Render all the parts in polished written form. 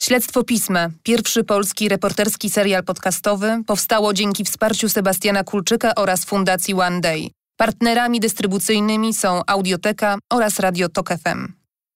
Śledztwo Pisma, pierwszy polski reporterski serial podcastowy, powstało dzięki wsparciu Sebastiana Kulczyka oraz Fundacji One Day. Partnerami dystrybucyjnymi są Audioteka oraz Radio Tok FM.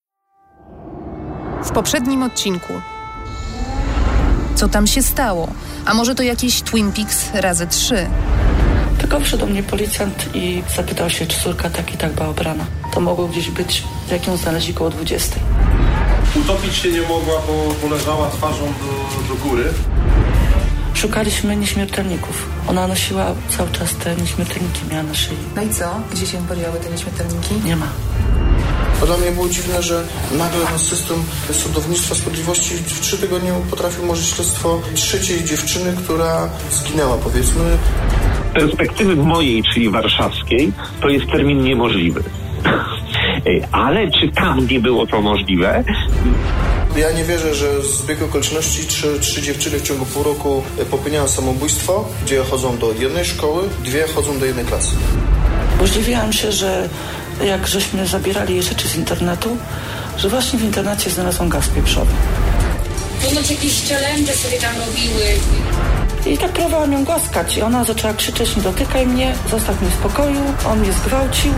W poprzednim odcinku. Co tam się stało? A może to jakieś Twin Peaks razy 3? Tylko wszedł do mnie policjant i zapytał się, czy córka tak i tak była ubrana. To mogło gdzieś być, jak ją znaleźli koło 20. Utopić się nie mogła, bo leżała twarzą do góry. Szukaliśmy nieśmiertelników. Ona nosiła cały czas te nieśmiertelniki, miała na szyi. No i co? Gdzie się podziały te nieśmiertelniki? Nie ma. Dla mnie było dziwne, że nagle system sądownictwa sprawiedliwości w 3 tygodnie potrafił umorzyć śledztwo trzeciej dziewczyny, która zginęła, powiedzmy. Z perspektywy mojej, czyli warszawskiej, to jest termin niemożliwy. Ale czy tam nie było to możliwe? Ja nie wierzę, że zbieg okoliczności trzy dziewczyny w ciągu pół roku popełniają samobójstwo, gdzie chodzą do jednej szkoły, 2 chodzą do jednej klasy. Zdziwiłam się, że jak żeśmy zabierali rzeczy z internetu, że właśnie w internecie znalazłam gaz pieprzowy. Ponoć jakieś challenge sobie tam robiły. I tak próbowałam ją głaskać i ona zaczęła krzyczeć: nie dotykaj mnie, zostaw mnie w spokoju, on mnie zgwałcił.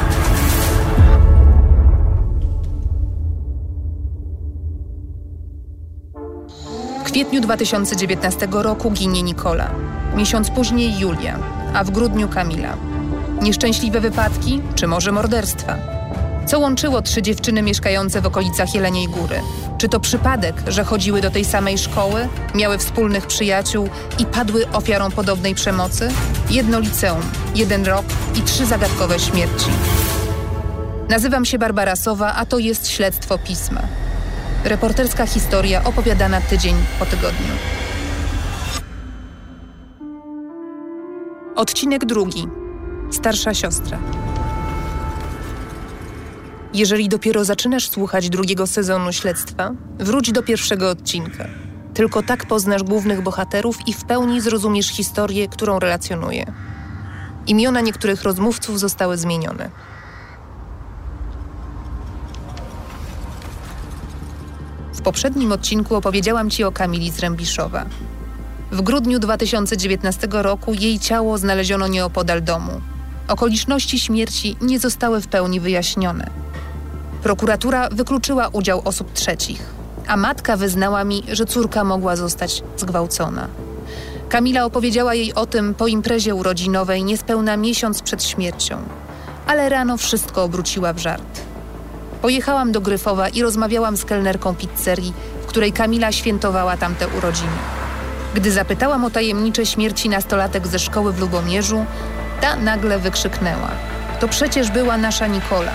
W kwietniu 2019 roku ginie Nikola. Miesiąc później Julia, a w grudniu Kamila. Nieszczęśliwe wypadki, czy może morderstwa? Co łączyło 3 dziewczyny mieszkające w okolicach Jeleniej Góry? Czy to przypadek, że chodziły do tej samej szkoły, miały wspólnych przyjaciół i padły ofiarą podobnej przemocy? 1 liceum, 1 rok i 3 zagadkowe śmierci. Nazywam się Barbara Sowa, a to jest Śledztwo Pisma. Reporterska historia opowiadana tydzień po tygodniu. Odcinek 2. Starsza siostra. Jeżeli dopiero zaczynasz słuchać 2. sezonu Śledztwa, wróć do 1. odcinka. Tylko tak poznasz głównych bohaterów i w pełni zrozumiesz historię, którą relacjonuję. Imiona niektórych rozmówców zostały zmienione. W poprzednim odcinku opowiedziałam Ci o Kamili z Rębiszowa. W grudniu 2019 roku jej ciało znaleziono nieopodal domu. Okoliczności śmierci nie zostały w pełni wyjaśnione. Prokuratura wykluczyła udział osób trzecich, a matka wyznała mi, że córka mogła zostać zgwałcona. Kamila opowiedziała jej o tym po imprezie urodzinowej niespełna miesiąc przed śmiercią, ale rano wszystko obróciła w żart. Pojechałam do Gryfowa i rozmawiałam z kelnerką pizzerii, w której Kamila świętowała tamte urodziny. Gdy zapytałam o tajemnicze śmierci nastolatek ze szkoły w Lubomierzu, ta nagle wykrzyknęła: to przecież była nasza Nikola.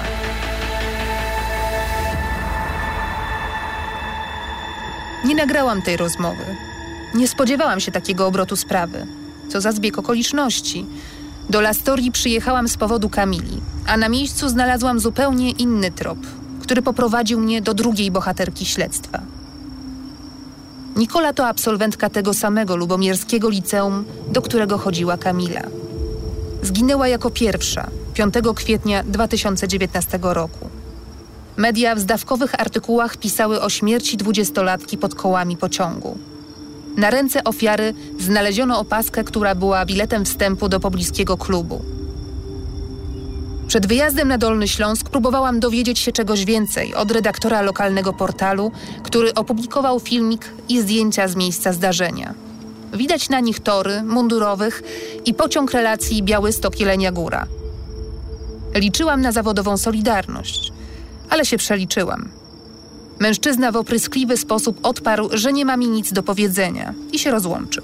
Nie nagrałam tej rozmowy. Nie spodziewałam się takiego obrotu sprawy. Co za zbieg okoliczności. Do Lastorii przyjechałam z powodu Kamili, a na miejscu znalazłam zupełnie inny trop, który poprowadził mnie do drugiej bohaterki śledztwa. Nikola to absolwentka tego samego lubomierskiego liceum, do którego chodziła Kamila. Zginęła jako pierwsza, 5 kwietnia 2019 roku. Media w zdawkowych artykułach pisały o śmierci 20-latki pod kołami pociągu. Na ręce ofiary znaleziono opaskę, która była biletem wstępu do pobliskiego klubu. Przed wyjazdem na Dolny Śląsk próbowałam dowiedzieć się czegoś więcej od redaktora lokalnego portalu, który opublikował filmik i zdjęcia z miejsca zdarzenia. Widać na nich tory mundurowych i pociąg relacji Białystok-Jelenia Góra. Liczyłam na zawodową solidarność, ale się przeliczyłam. Mężczyzna w opryskliwy sposób odparł, że nie ma mi nic do powiedzenia i się rozłączył.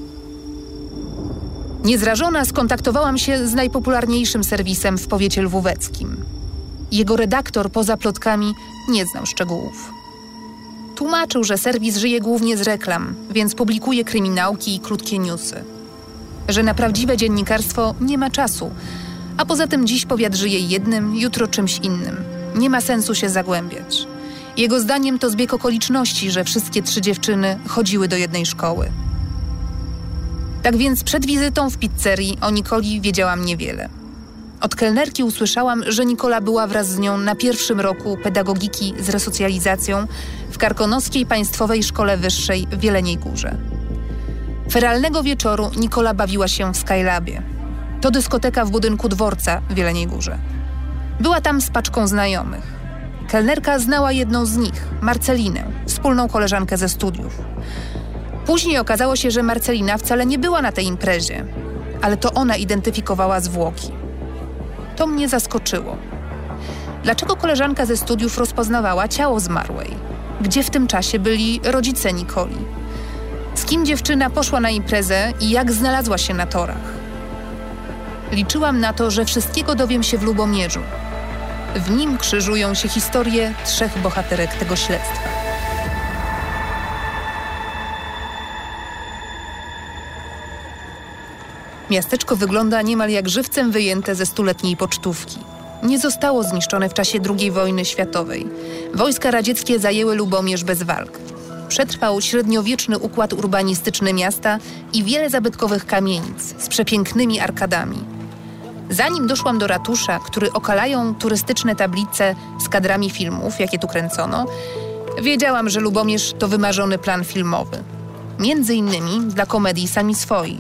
Niezrażona skontaktowałam się z najpopularniejszym serwisem w powiecie lwóweckim. Jego redaktor poza plotkami nie znał szczegółów. Tłumaczył, że serwis żyje głównie z reklam, więc publikuje kryminałki i krótkie newsy. Że na prawdziwe dziennikarstwo nie ma czasu, a poza tym dziś powiat żyje jednym, jutro czymś innym. Nie ma sensu się zagłębiać. Jego zdaniem to zbieg okoliczności, że wszystkie 3 dziewczyny chodziły do jednej szkoły. Tak więc przed wizytą w pizzerii o Nikoli wiedziałam niewiele. Od kelnerki usłyszałam, że Nikola była wraz z nią na pierwszym roku pedagogiki z resocjalizacją w Karkonoskiej Państwowej Szkole Wyższej w Jeleniej Górze. Feralnego wieczoru Nikola bawiła się w Skylabie. To dyskoteka w budynku dworca w Jeleniej Górze. Była tam z paczką znajomych. Kelnerka znała jedną z nich, Marcelinę, wspólną koleżankę ze studiów. Później okazało się, że Marcelina wcale nie była na tej imprezie, ale to ona identyfikowała zwłoki. To mnie zaskoczyło. Dlaczego koleżanka ze studiów rozpoznawała ciało zmarłej? Gdzie w tym czasie byli rodzice Nikoli? Z kim dziewczyna poszła na imprezę i jak znalazła się na torach? Liczyłam na to, że wszystkiego dowiem się w Lubomierzu. W nim krzyżują się historie 3 bohaterek tego śledztwa. Miasteczko wygląda niemal jak żywcem wyjęte ze 100-letniej pocztówki. Nie zostało zniszczone w czasie II wojny światowej. Wojska radzieckie zajęły Lubomierz bez walk. Przetrwał średniowieczny układ urbanistyczny miasta i wiele zabytkowych kamienic z przepięknymi arkadami. Zanim doszłam do ratusza, który okalają turystyczne tablice z kadrami filmów, jakie tu kręcono, wiedziałam, że Lubomierz to wymarzony plan filmowy. Między innymi dla komedii Sami Swoi.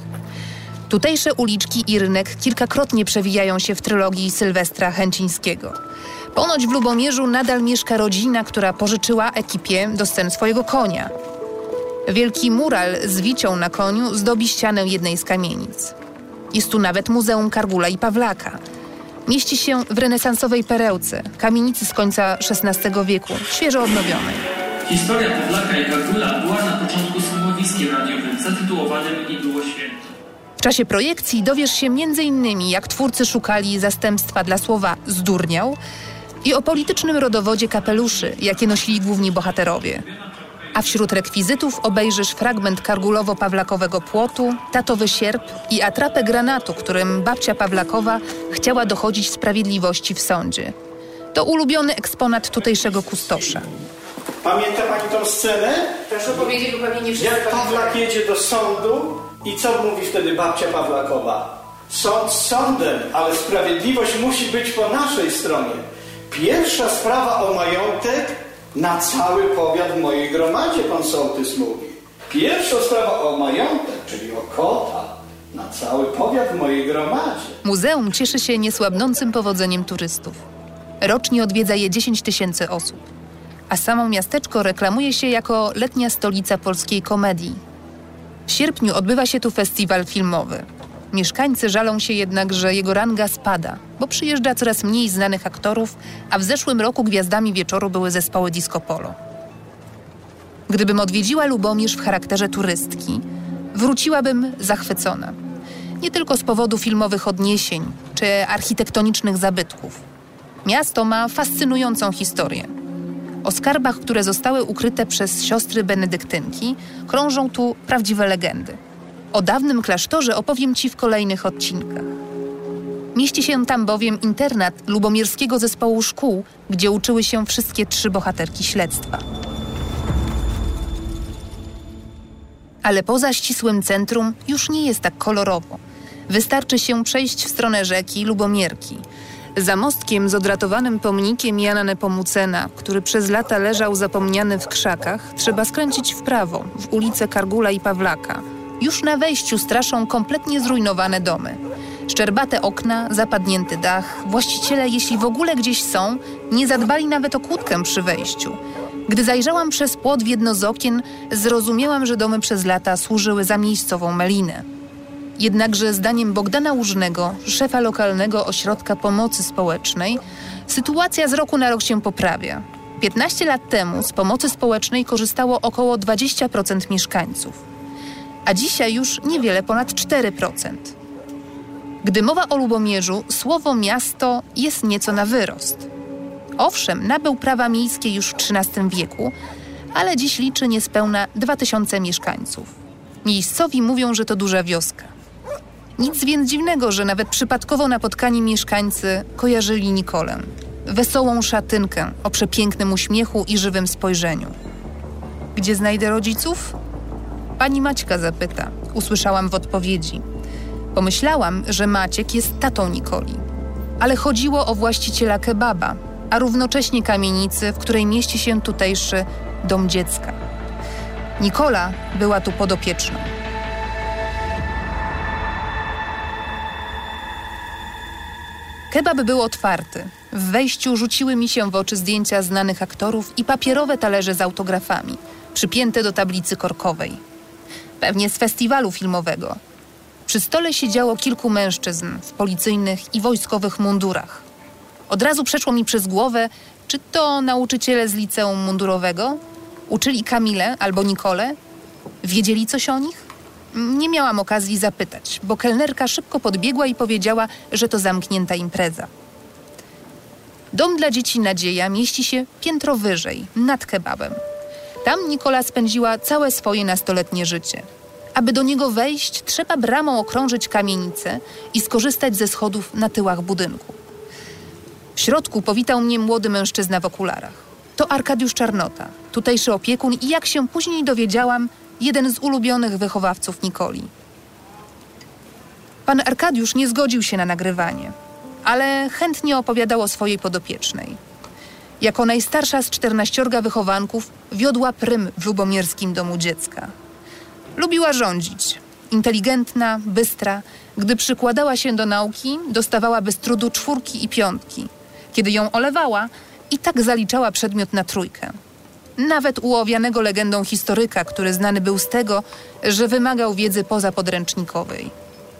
Tutejsze uliczki i rynek kilkakrotnie przewijają się w trylogii Sylwestra Chęcińskiego. Ponoć w Lubomierzu nadal mieszka rodzina, która pożyczyła ekipie do scen swojego konia. Wielki mural z wicią na koniu zdobi ścianę jednej z kamienic. Jest tu nawet Muzeum Kargula i Pawlaka. Mieści się w renesansowej perełce, kamienicy z końca XVI wieku, świeżo odnowionej. Historia Pawlaka i Kargula była na początku słuchowiskiem radiowym zatytułowanym I było święto. W czasie projekcji dowiesz się m.in. jak twórcy szukali zastępstwa dla słowa zdurniał i o politycznym rodowodzie kapeluszy, jakie nosili główni bohaterowie. A wśród rekwizytów obejrzysz fragment kargulowo-pawlakowego płotu, tatowy sierp i atrapę granatu, którym babcia Pawlakowa chciała dochodzić sprawiedliwości w sądzie. To ulubiony eksponat tutejszego kustosza. Pamięta pani tą scenę? Proszę powiedzieć, bo pewnie nie wszyscy. Jak Pawlak jedzie do sądu i co mówi wtedy babcia Pawlakowa? Sąd z sądem, ale sprawiedliwość musi być po naszej stronie. Pierwsza sprawa o majątek na cały powiat w mojej gromadzie, pan sołtys mówi. Pierwsza sprawa o majątek, czyli o kota, na cały powiat w mojej gromadzie. Muzeum cieszy się niesłabnącym powodzeniem turystów. Rocznie odwiedza je 10 000 osób. A samo miasteczko reklamuje się jako letnia stolica polskiej komedii. W sierpniu odbywa się tu festiwal filmowy. Mieszkańcy żalą się jednak, że jego ranga spada, bo przyjeżdża coraz mniej znanych aktorów, a w zeszłym roku gwiazdami wieczoru były zespoły disco polo. Gdybym odwiedziła Lubomierz w charakterze turystki, wróciłabym zachwycona. Nie tylko z powodu filmowych odniesień czy architektonicznych zabytków. Miasto ma fascynującą historię. O skarbach, które zostały ukryte przez siostry benedyktynki, krążą tu prawdziwe legendy. O dawnym klasztorze opowiem Ci w kolejnych odcinkach. Mieści się tam bowiem internat lubomierskiego zespołu szkół, gdzie uczyły się wszystkie 3 bohaterki śledztwa. Ale poza ścisłym centrum już nie jest tak kolorowo. Wystarczy się przejść w stronę rzeki Lubomierki. Za mostkiem z odratowanym pomnikiem Jana Nepomucena, który przez lata leżał zapomniany w krzakach, trzeba skręcić w prawo, w ulicę Kargula i Pawlaka. Już na wejściu straszą kompletnie zrujnowane domy. Szczerbate okna, zapadnięty dach. Właściciele, jeśli w ogóle gdzieś są, nie zadbali nawet o kłódkę przy wejściu. Gdy zajrzałam przez płot w jedno z okien, zrozumiałam, że domy przez lata służyły za miejscową melinę. Jednakże zdaniem Bogdana Łużnego, szefa lokalnego ośrodka pomocy społecznej, sytuacja z roku na rok się poprawia. 15 lat temu z pomocy społecznej korzystało około 20% mieszkańców, a dzisiaj już niewiele ponad 4%. Gdy mowa o Lubomierzu, słowo miasto jest nieco na wyrost. Owszem, nabył prawa miejskie już w XIII wieku, ale dziś liczy niespełna 2000 mieszkańców. Miejscowi mówią, że to duża wioska. Nic więc dziwnego, że nawet przypadkowo napotkani mieszkańcy kojarzyli Nikolę. Wesołą szatynkę o przepięknym uśmiechu i żywym spojrzeniu. Gdzie znajdę rodziców? Pani Maćka zapyta, usłyszałam w odpowiedzi. Pomyślałam, że Maciek jest tatą Nikoli. ale chodziło o właściciela kebaba, a równocześnie kamienicy, w której mieści się tutejszy dom dziecka. Nikola była tu podopieczną. Kebab był otwarty. W wejściu rzuciły mi się w oczy zdjęcia znanych aktorów i papierowe talerze z autografami, przypięte do tablicy korkowej. Pewnie z festiwalu filmowego. Przy stole siedziało kilku mężczyzn w policyjnych i wojskowych mundurach. Od razu przeszło mi przez głowę, czy to nauczyciele z liceum mundurowego? Uczyli Kamilę albo Nikolę? Wiedzieli coś o nich? Nie miałam okazji zapytać, bo kelnerka szybko podbiegła i powiedziała, że to zamknięta impreza. Dom dla dzieci Nadzieja mieści się piętro wyżej, nad kebabem. Tam Nikola spędziła całe swoje nastoletnie życie. Aby do niego wejść, trzeba bramą okrążyć kamienicę i skorzystać ze schodów na tyłach budynku. W środku powitał mnie młody mężczyzna w okularach. To Arkadiusz Czarnota, tutejszy opiekun i jak się później dowiedziałam, jeden z ulubionych wychowawców Nikoli. Pan Arkadiusz nie zgodził się na nagrywanie, ale chętnie opowiadał o swojej podopiecznej. Jako najstarsza z 14 wychowanków wiodła prym w lubomierskim domu dziecka. Lubiła rządzić. Inteligentna, bystra. Gdy przykładała się do nauki, dostawała bez trudu 4 i 5. Kiedy ją olewała, i tak zaliczała przedmiot na 3. Nawet u owianego legendą historyka, który znany był z tego, że wymagał wiedzy pozapodręcznikowej.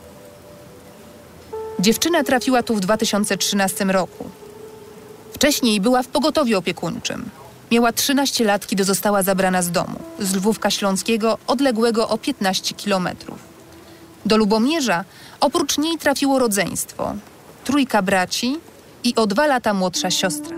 Dziewczyna trafiła tu w 2013 roku. Wcześniej była w pogotowiu opiekuńczym. Miała 13 lat, kiedy została zabrana z domu, z Lwówka Śląskiego, odległego o 15 kilometrów. Do Lubomierza oprócz niej trafiło rodzeństwo, 3 braci i o 2 lata młodsza siostra.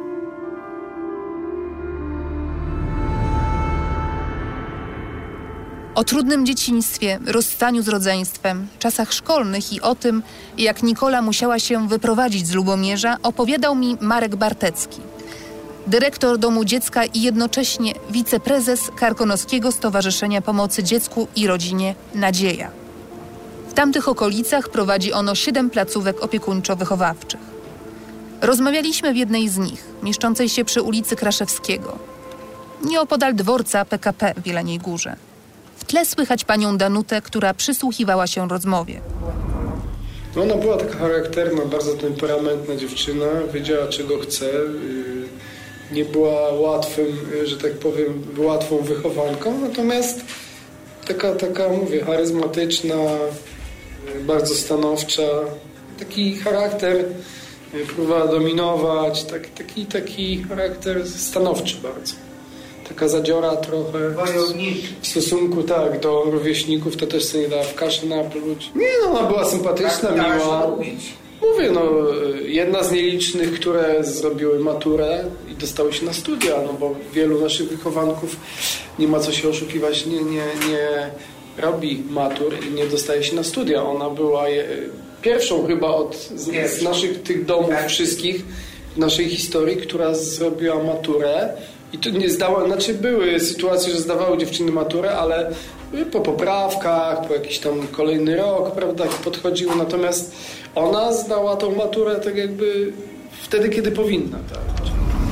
O trudnym dzieciństwie, rozstaniu z rodzeństwem, czasach szkolnych i o tym, jak Nikola musiała się wyprowadzić z Lubomierza, opowiadał mi Marek Bartecki, dyrektor domu dziecka i jednocześnie wiceprezes Karkonoskiego Stowarzyszenia Pomocy Dziecku i Rodzinie Nadzieja. W tamtych okolicach prowadzi ono 7 placówek opiekuńczo-wychowawczych. Rozmawialiśmy w jednej z nich, mieszczącej się przy ulicy Kraszewskiego, nieopodal dworca PKP w Jeleniej Górze. W tle słychać panią Danutę, która przysłuchiwała się rozmowie. Ona była taka charakterna, bardzo temperamentna dziewczyna, wiedziała czego chce, nie była łatwym, że tak powiem, łatwą wychowanką, natomiast taka mówię, charyzmatyczna, bardzo stanowcza, taki charakter, próbowała dominować, taki charakter stanowczy bardzo. Taka zadziora trochę w stosunku do rówieśników, to też sobie nie dała w kaszę napluć. Nie no, ona była sympatyczna, miła. Mówię, jedna z nielicznych, które zrobiły maturę i dostały się na studia, bo wielu naszych wychowanków, nie ma co się oszukiwać, nie robi matur i nie dostaje się na studia. Ona była pierwszą chyba z naszych tych domów wszystkich w naszej historii, która zrobiła maturę. I to nie zdała, były sytuacje, że zdawały dziewczyny maturę, ale po poprawkach, po jakiś tam kolejny rok, prawda, podchodziły. Natomiast ona zdała tą maturę tak jakby wtedy, kiedy powinna. Tak.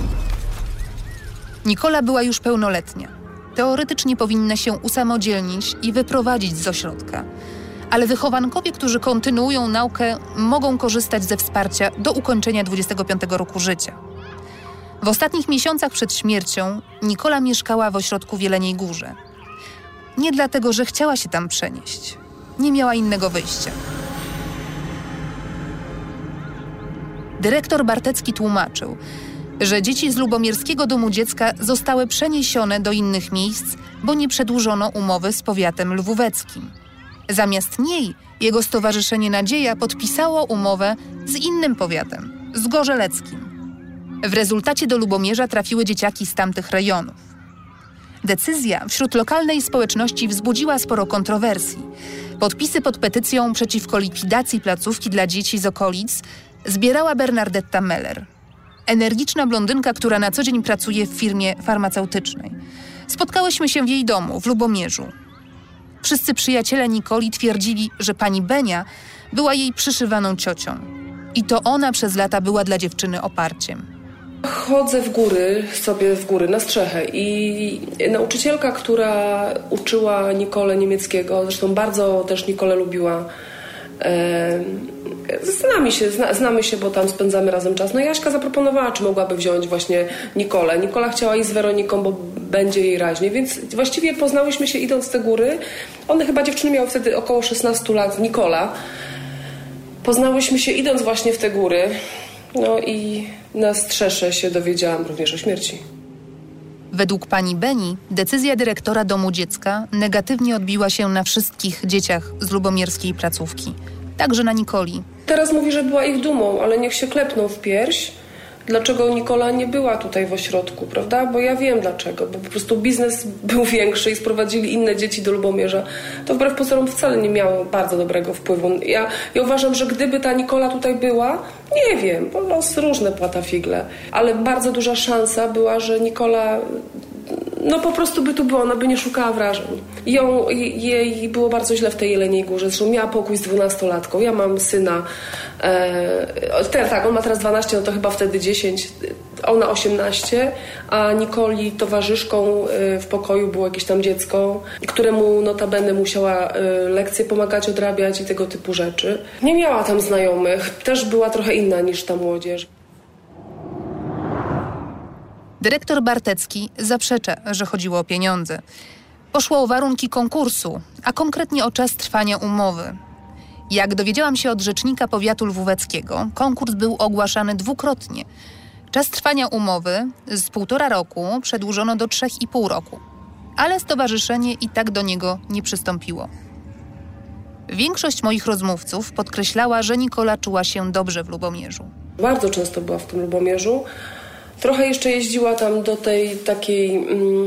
Nikola była już pełnoletnia. Teoretycznie powinna się usamodzielnić i wyprowadzić z ośrodka. Ale wychowankowie, którzy kontynuują naukę, mogą korzystać ze wsparcia do ukończenia 25 roku życia. W ostatnich miesiącach przed śmiercią Nikola mieszkała w ośrodku w Jeleniej Górze. Nie dlatego, że chciała się tam przenieść. Nie miała innego wyjścia. Dyrektor Bartecki tłumaczył, że dzieci z lubomierskiego domu dziecka zostały przeniesione do innych miejsc, bo nie przedłużono umowy z powiatem lwóweckim. Zamiast niej jego Stowarzyszenie Nadzieja podpisało umowę z innym powiatem, z gorzeleckim. W rezultacie do Lubomierza trafiły dzieciaki z tamtych rejonów. Decyzja wśród lokalnej społeczności wzbudziła sporo kontrowersji. Podpisy pod petycją przeciwko likwidacji placówki dla dzieci z okolic zbierała Bernardetta Meller. Energiczna blondynka, która na co dzień pracuje w firmie farmaceutycznej. Spotkałyśmy się w jej domu w Lubomierzu. Wszyscy przyjaciele Nikoli twierdzili, że pani Benia była jej przyszywaną ciocią. I to ona przez lata była dla dziewczyny oparciem. Chodzę sobie w góry na strzechę i nauczycielka, która uczyła Nikolę niemieckiego, zresztą bardzo też Nikolę lubiła. Znamy się, bo tam spędzamy razem czas. No Jaśka zaproponowała, czy mogłaby wziąć właśnie Nikolę. Nikola chciała iść z Weroniką, bo będzie jej raźniej, więc właściwie poznałyśmy się idąc w te góry. One chyba, dziewczyny miały wtedy około 16 lat, Nikola. Poznałyśmy się idąc właśnie w te góry. No i na strzesze się dowiedziałam również o śmierci. Według pani Beni decyzja dyrektora domu dziecka negatywnie odbiła się na wszystkich dzieciach z lubomierskiej placówki, także na Nikoli. Teraz mówi, że była ich dumą, ale niech się klepną w pierś. Dlaczego Nikola nie była tutaj w ośrodku, prawda? Bo ja wiem dlaczego, bo po prostu biznes był większy i sprowadzili inne dzieci do Lubomierza. To wbrew pozorom wcale nie miało bardzo dobrego wpływu. Ja uważam, że gdyby ta Nikola tutaj była, nie wiem, bo los różne płata figle, ale bardzo duża szansa była, że Nikola po prostu by tu była, ona by nie szukała wrażeń. Jej było bardzo źle w tej Jeleniej Górze, zresztą miała pokój z 12-latką. Ja mam syna, on ma teraz 12, no to chyba wtedy 10, ona 18, a Nikoli towarzyszką w pokoju było jakieś tam dziecko, któremu notabene musiała lekcje pomagać odrabiać i tego typu rzeczy. Nie miała tam znajomych, też była trochę inna niż ta młodzież. Dyrektor Bartecki zaprzecza, że chodziło o pieniądze. Poszło o warunki konkursu, a konkretnie o czas trwania umowy. Jak dowiedziałam się od rzecznika powiatu lwóweckiego, konkurs był ogłaszany dwukrotnie. Czas trwania umowy z 1,5 roku przedłużono do 3,5 roku, ale stowarzyszenie i tak do niego nie przystąpiło. Większość moich rozmówców podkreślała, że Nikola czuła się dobrze w Lubomierzu. Bardzo często była w tym Lubomierzu. Trochę jeszcze jeździła tam do tej takiej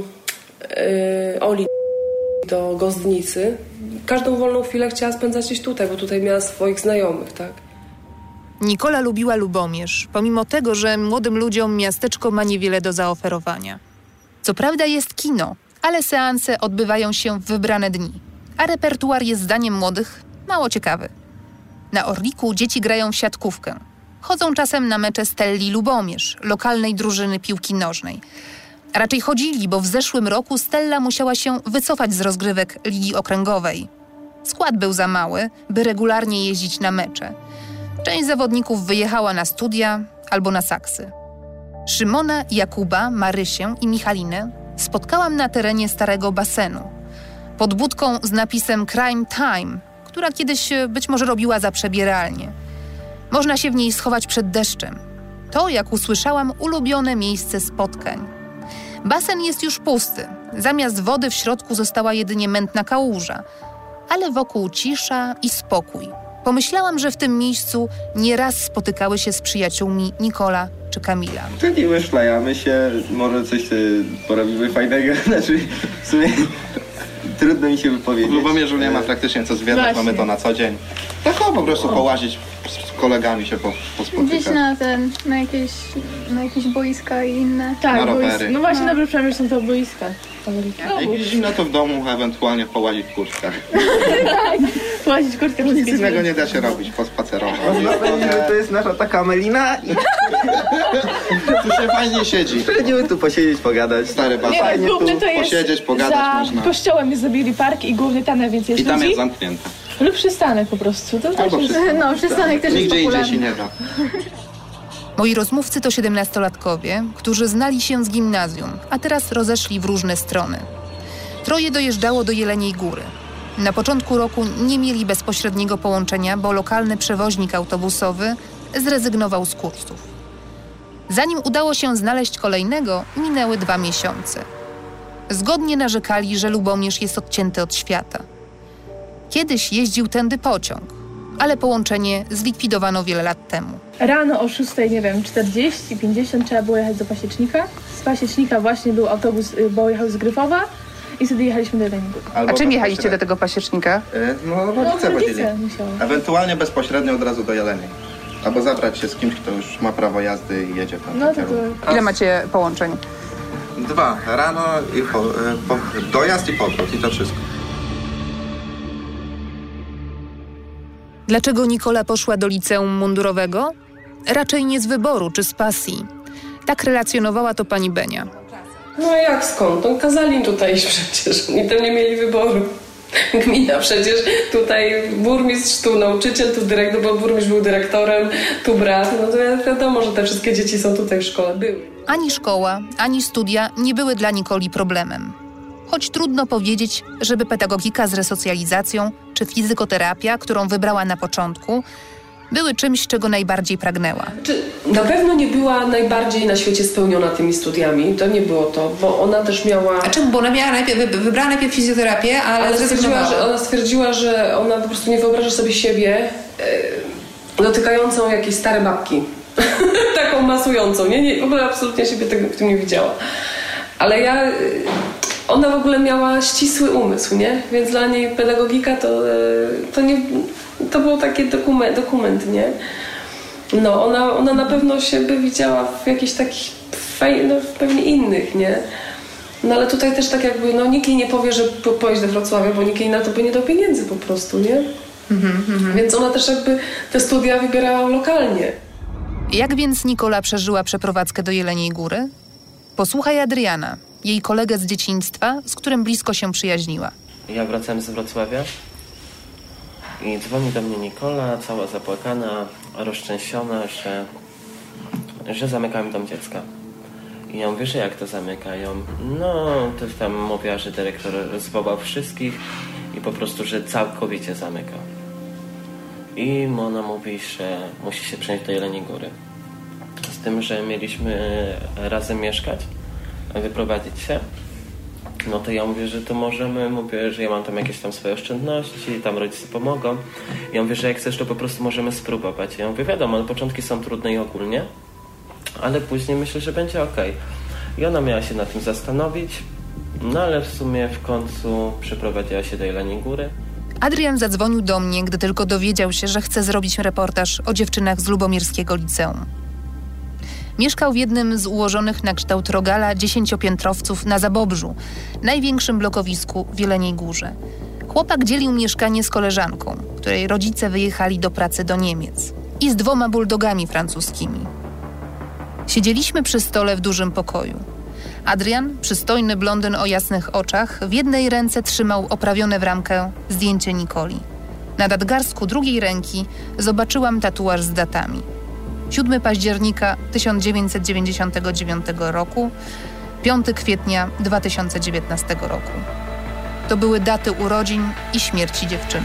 Oli, do Gozdnicy. Każdą wolną chwilę chciała spędzać gdzieś tutaj, bo tutaj miała swoich znajomych, tak? Nikola lubiła Lubomierz, pomimo tego, że młodym ludziom miasteczko ma niewiele do zaoferowania. Co prawda jest kino, ale seanse odbywają się w wybrane dni, a repertuar jest zdaniem młodych mało ciekawy. Na Orliku dzieci grają w siatkówkę. Chodzą czasem na mecze Stelli Lubomierz, lokalnej drużyny piłki nożnej. A raczej chodzili, bo w zeszłym roku Stella musiała się wycofać z rozgrywek Ligi Okręgowej. Skład był za mały, by regularnie jeździć na mecze. Część zawodników wyjechała na studia albo na saksy. Szymona, Jakuba, Marysię i Michalinę spotkałam na terenie starego basenu. Pod budką z napisem Crime Time, która kiedyś być może robiła za przebieralnię. Można się w niej schować przed deszczem. To, jak usłyszałam, ulubione miejsce spotkań. Basen jest już pusty. Zamiast wody w środku została jedynie mętna kałuża. Ale wokół cisza i spokój. Pomyślałam, że w tym miejscu nieraz spotykały się z przyjaciółmi Nikola czy Kamila. Chodzimy, szlajamy się, może coś porobimy fajnego. Znaczy, w sumie trudno mi się wypowiedzieć. W Lubomierzu nie ma praktycznie co zwiedzać, mamy to na co dzień. Tak po prostu połazić, z kolegami się pospotykać. Gdzieś na jakieś boiska i inne. Tak, na rowery. No właśnie, dobrze przemyśl, są to boiska. Jak zimno to w domu ewentualnie połazić w kurtkach. Tak, połazić w kurtkach. Nic innego nie da się robić, pospacerować. To jest nasza taka melina i tu się fajnie siedzi. będziemy tu posiedzieć, pogadać. Stary basen, głównie to jest posiedzieć, pogadać za można. kościołem jest zrobili park i głównie tam najwięcej jest I tam ludzi. jest zamknięte. Lub przystanek po prostu. To Albo też jest... przystanek. No, przystanek też jest Nigdzie indziej popularny. się nie da. Moi rozmówcy to 17-latkowie, którzy znali się z gimnazjum, a teraz rozeszli w różne strony. 3 dojeżdżało do Jeleniej Góry. Na początku roku nie mieli bezpośredniego połączenia, bo lokalny przewoźnik autobusowy zrezygnował z kursów. Zanim udało się znaleźć kolejnego, minęły 2 miesiące. Zgodnie narzekali, że Lubomierz jest odcięty od świata. Kiedyś jeździł tędy pociąg, ale połączenie zlikwidowano wiele lat temu. Rano o 6:40, 50 trzeba było jechać do Pasiecznika. Z Pasiecznika właśnie był autobus, bo jechał z Gryfowa i wtedy jechaliśmy do Jeleniej Góry. A czym jechaliście do tego Pasiecznika? Rodzice powiedzieli. musiały. Ewentualnie bezpośrednio od razu do Jeleniej. Albo zabrać się z kimś, kto już ma prawo jazdy i jedzie tam. No to Ile macie połączeń? 2. Rano i dojazd i powrót i to wszystko. Dlaczego Nikola poszła do liceum mundurowego? Raczej nie z wyboru czy z pasji. Tak relacjonowała to pani Benia. No a jak skąd? No kazali im tutaj iść przecież. Oni tam nie mieli wyboru. Gmina przecież, tutaj burmistrz, tu nauczyciel, tu dyrektor, bo burmistrz był dyrektorem, tu brat. No to wiadomo, że te wszystkie dzieci są tutaj w szkole. Były. Ani szkoła, ani studia nie były dla Nikoli problemem. Choć trudno powiedzieć, żeby pedagogika z resocjalizacją czy fizykoterapia, którą wybrała na początku, były czymś, czego najbardziej pragnęła. Na pewno nie była najbardziej na świecie spełniona tymi studiami. To nie było to, bo ona też miała... A czemu? Bo ona miała wybrała najpierw fizjoterapię, ale ona stwierdziła, że ona po prostu nie wyobraża sobie siebie dotykającą jakiejś stare babki. Taką masującą. Nie, w ogóle absolutnie siebie w tym nie widziała. Ale ona w ogóle miała ścisły umysł, nie? Więc dla niej pedagogika to był taki dokument, nie? No, ona na pewno się by widziała w jakichś takich pewnie innych, nie? No ale tutaj też tak jakby, nikt jej nie powie, że pojedź do Wrocławia, bo nikt jej na to by nie dał pieniędzy po prostu, nie? Więc ona też jakby te studia wybierała lokalnie. Jak więc Nikola przeżyła przeprowadzkę do Jeleniej Góry? Posłuchaj Adriana, jej kolegę z dzieciństwa, z którym blisko się przyjaźniła. Ja wracałem z Wrocławia i dzwoni do mnie Nikola, cała zapłakana, rozczęsiona, że zamykają dom dziecka. I ja mówię, że jak to zamykają? No, to tam mówiła, że dyrektor zwołał wszystkich i po prostu, że całkowicie zamyka. I ona mówi, że musi się przenieść do Jeleniej Góry. Z tym, że mieliśmy razem mieszkać, wyprowadzić się. No to ja mówię, że to możemy, mówię, że ja mam tam jakieś tam swoje oszczędności, tam rodzice pomogą. Ja mówię, że jak chcesz, to po prostu możemy spróbować. Ja mówię, wiadomo, początki są trudne i ogólnie, ale później myślę, że będzie okej. I ona miała się nad tym zastanowić, no ale w sumie w końcu przeprowadziła się do Jeleniej Góry. Adrian zadzwonił do mnie, gdy tylko dowiedział się, że chce zrobić reportaż o dziewczynach z lubomierskiego liceum. Mieszkał w jednym z ułożonych na kształt rogala 10-piętrowców na Zabobrzu, największym blokowisku w Jeleniej Górze. Chłopak dzielił mieszkanie z koleżanką, której rodzice wyjechali do pracy do Niemiec, i z 2 bulldogami francuskimi. Siedzieliśmy przy stole w dużym pokoju. Adrian, przystojny blondyn o jasnych oczach, w jednej ręce trzymał oprawione w ramkę zdjęcie Nikoli. Na nadgarstku drugiej ręki zobaczyłam tatuaż z datami. 7 października 1999 roku, 5 kwietnia 2019 roku. To były daty urodzin i śmierci dziewczyny.